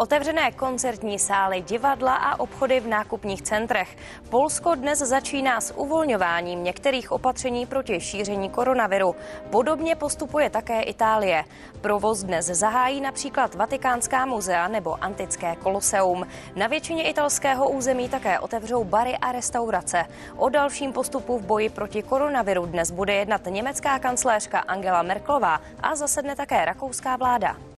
Otevřené koncertní sály, divadla a obchody v nákupních centrech. Polsko dnes začíná s uvolňováním některých opatření proti šíření koronaviru. Podobně postupuje také Itálie. Provoz dnes zahájí například Vatikánská muzea nebo antické koloseum. Na většině italského území také otevřou bary a restaurace. O dalším postupu v boji proti koronaviru dnes bude jednat německá kancléřka Angela Merkelová a zasedne také rakouská vláda.